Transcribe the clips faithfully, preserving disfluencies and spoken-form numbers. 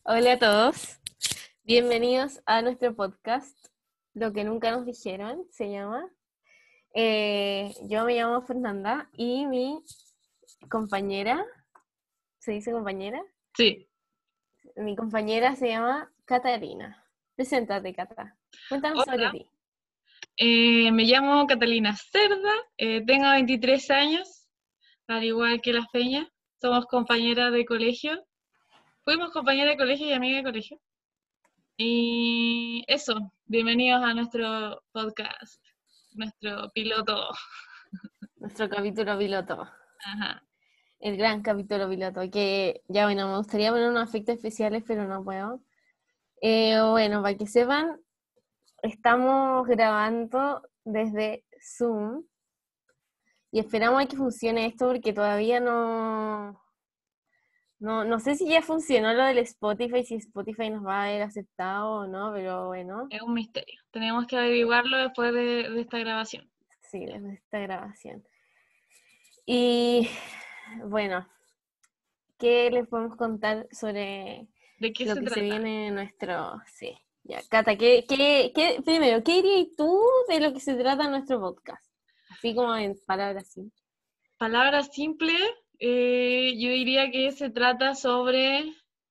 Hola a todos, bienvenidos a nuestro podcast, Lo que nunca nos dijeron, se llama. Eh, yo me llamo Fernanda y mi compañera, ¿se dice compañera? Sí. Mi compañera se llama Catarina. Preséntate, Cata. Cuéntanos sobre Hola, ti. eh, me llamo Catalina Cerda, eh, tengo veintitrés años, al igual que la Feña. Somos compañeras de colegio. Fuimos compañeras de colegio y amigas de colegio. Y eso, bienvenidos a nuestro podcast, nuestro piloto. Nuestro capítulo piloto. Ajá. El gran capítulo piloto, que ya bueno, me gustaría poner unos efectos especiales, pero no puedo. Eh, bueno, para que sepan, estamos grabando desde Zoom y esperamos a que funcione esto porque todavía no, no, no sé si ya funcionó lo del Spotify, si Spotify nos va a haber aceptado o no, pero bueno, Es un misterio. Tenemos que averiguarlo después de, de esta grabación. sí, desde esta grabación. Y bueno, ¿qué les podemos contar sobre ¿De qué lo se que se trata? viene en nuestro... Sí, ya, Cata, ¿qué, qué, qué, primero, ¿qué dirías tú de lo que se trata en nuestro podcast? Así como en palabras simples. Palabras simples, eh, yo diría que se trata sobre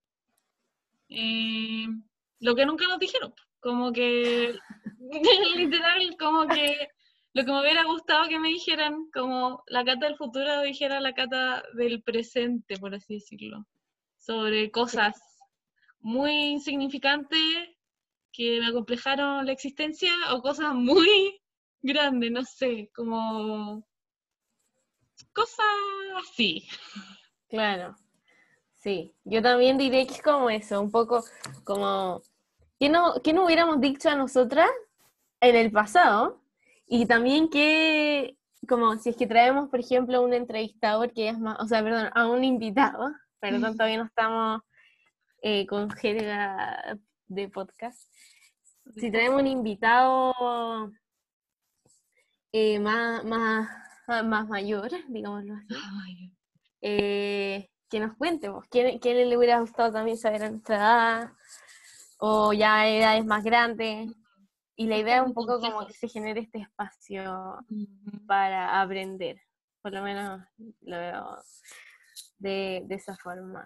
eh, lo que nunca nos dijeron. Como que, literal, como que lo que me hubiera gustado que me dijeran, como la Cata del futuro dijera la Cata del presente, por así decirlo, sobre cosas muy insignificantes que me acomplejaron la existencia o cosas muy grandes, no sé, como cosas así. Claro. Sí, yo también diré que es como eso, un poco como, ¿qué no, qué no hubiéramos dicho a nosotras en el pasado? Y también que, como si es que traemos, por ejemplo, a un entrevistador que es más, o sea, perdón, a un invitado, perdón, todavía no estamos eh, con jerga de podcast. Si traemos un invitado eh, más, más, más mayor, digámoslo así, Ay, eh, que nos cuente, pues, ¿qué, qué le hubiera gustado también saber a nuestra edad? O ya edades más grandes. Y la es idea es como un poco como que consejos. se genere este espacio Ujú. para aprender. Por lo menos lo veo de, de esa forma.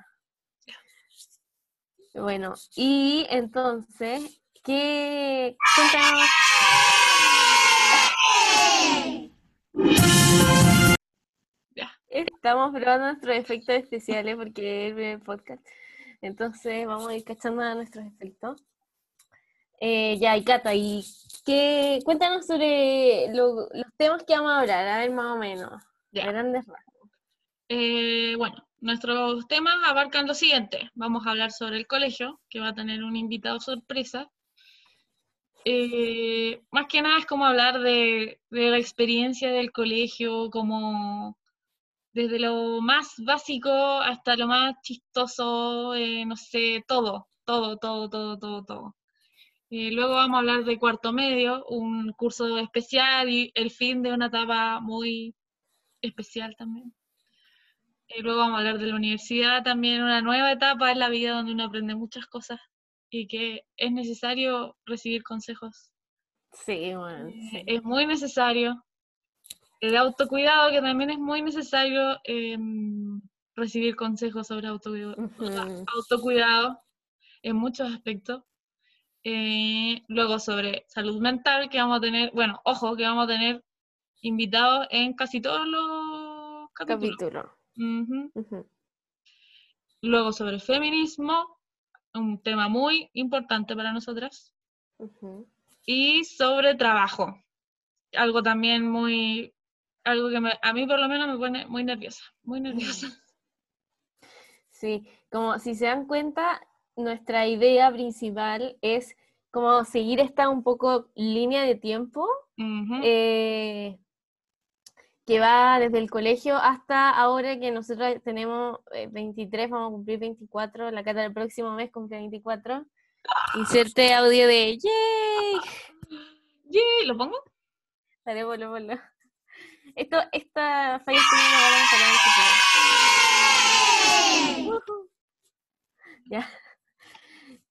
Bueno, y entonces, ¿qué? Cuéntanos. Ya. Estamos probando nuestros efectos especiales porque es el primer podcast. Entonces vamos a ir cachando a nuestros efectos. Eh, ya, y Cata, ¿y qué? Cuéntanos sobre lo- los temas que vamos a hablar, a ver más o menos, a Ya. grandes rasgos. Eh, bueno, nuestros temas abarcan lo siguiente. Vamos a hablar sobre el colegio, que va a tener un invitado sorpresa. Eh, más que nada es como hablar de, de la experiencia del colegio, como desde lo más básico hasta lo más chistoso, eh, no sé, todo, todo, todo, todo, todo, todo. Eh, luego vamos a hablar de cuarto medio, un curso especial y el fin de una etapa muy especial también. Y luego vamos a hablar de la universidad, también una nueva etapa en la vida donde uno aprende muchas cosas y que es necesario recibir consejos. Sí, bueno, Eh, sí. es muy necesario. El autocuidado, que también es muy necesario eh, recibir consejos sobre autocuidado, Ujú. autocuidado en muchos aspectos. Eh, luego sobre salud mental, que vamos a tener, bueno, ojo, que vamos a tener invitados en casi todos los capítulos. Capítulo. Ujú. Ujú, Luego sobre feminismo, un tema muy importante para nosotras, ujú. y sobre trabajo, algo también muy, algo que me- a mí por lo menos me pone muy nerviosa, muy nerviosa. Sí, como si se dan cuenta, nuestra idea principal es como seguir esta un poco línea de tiempo Ujú. eh, que va desde el colegio hasta ahora que nosotros tenemos eh, veintitrés, vamos a cumplir veinticuatro, la Cata del próximo mes cumple veinticuatro. Inserte audio de ¡yay! Yay, ¿lo pongo? Dale, bolo, bolo. Esto, esta falla técnica va a mejorar en el futuro. Ujú. Ya.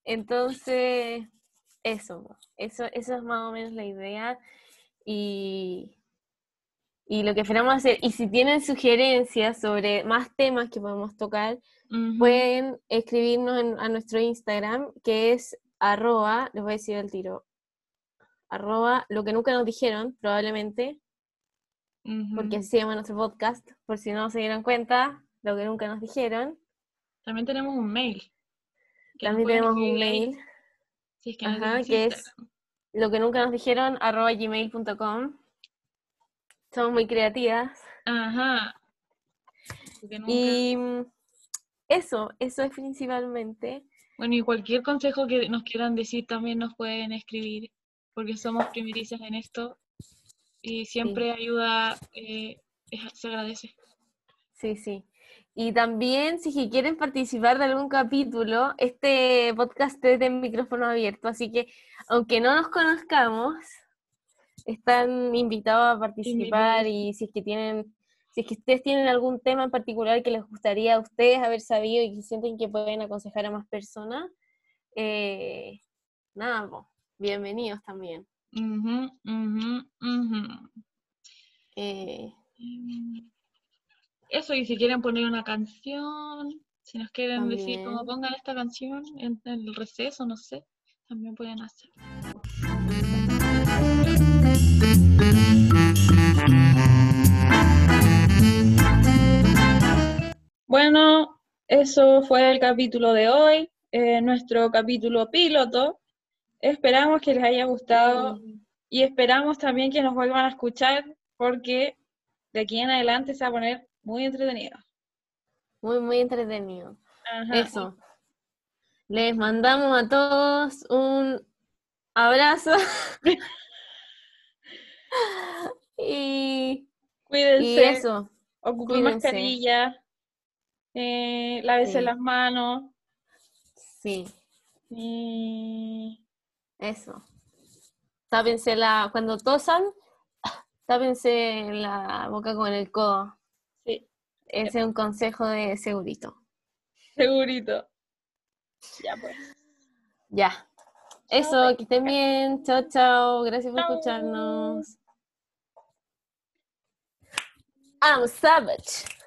Entonces, eso, eso, eso es más o menos la idea. Y, y lo que esperamos hacer, y si tienen sugerencias sobre más temas que podemos tocar, Ujú. pueden escribirnos en, a nuestro Instagram, que es arroba, les voy a decir el tiro, arroba lo que nunca nos dijeron, probablemente, Ujú. porque así se llama nuestro podcast, por si no se dieron cuenta, lo que nunca nos dijeron. También tenemos un mail. Que nos También pueden tenemos un escribir ahí, mail, si es que no ajá, tienes que es Instagram. lo que nunca nos dijeron, arroba gmail punto com. Somos muy creativas. Ajá. Porque nunca... Y mm, eso, eso es principalmente. Bueno, y cualquier consejo que nos quieran decir también nos pueden escribir, porque somos primerizas en esto y Sí, siempre ayuda, eh, es- se agradece. sí, sí. Y también, si que quieren participar de algún capítulo, este podcast es de micrófono abierto, así que aunque no nos conozcamos, están invitados a participar. Invitadísimo. Y si es que tienen, si es que ustedes tienen algún tema en particular que les gustaría a ustedes haber sabido y que sienten que pueden aconsejar a más personas, eh, nada, po, bienvenidos también. Ujú, ujú, ujú. Eh, Mm, Eso, y si quieren poner una canción, si nos quieren decir cómo también. pongan esta canción en, en el receso, no sé, también pueden hacer. Bueno, eso fue el capítulo de hoy, eh, nuestro capítulo piloto. Esperamos que les haya gustado Sí, y esperamos también que nos vuelvan a escuchar porque de aquí en adelante se va a poner muy entretenido. muy, muy entretenido. Ajá. Eso. Les mandamos a todos un abrazo y, y Cuídense, eso, ocupen cuídense. mascarilla, eh, lávese Sí, las manos sí, y eso. Tápense la, cuando tosan, tápense la boca con el codo. sí, Ese es un consejo de segurito. segurito. Ya pues. Ya. Chao, Eso, que estén Peca. bien. Chao, chao. Gracias por Chao. escucharnos. I'm savage.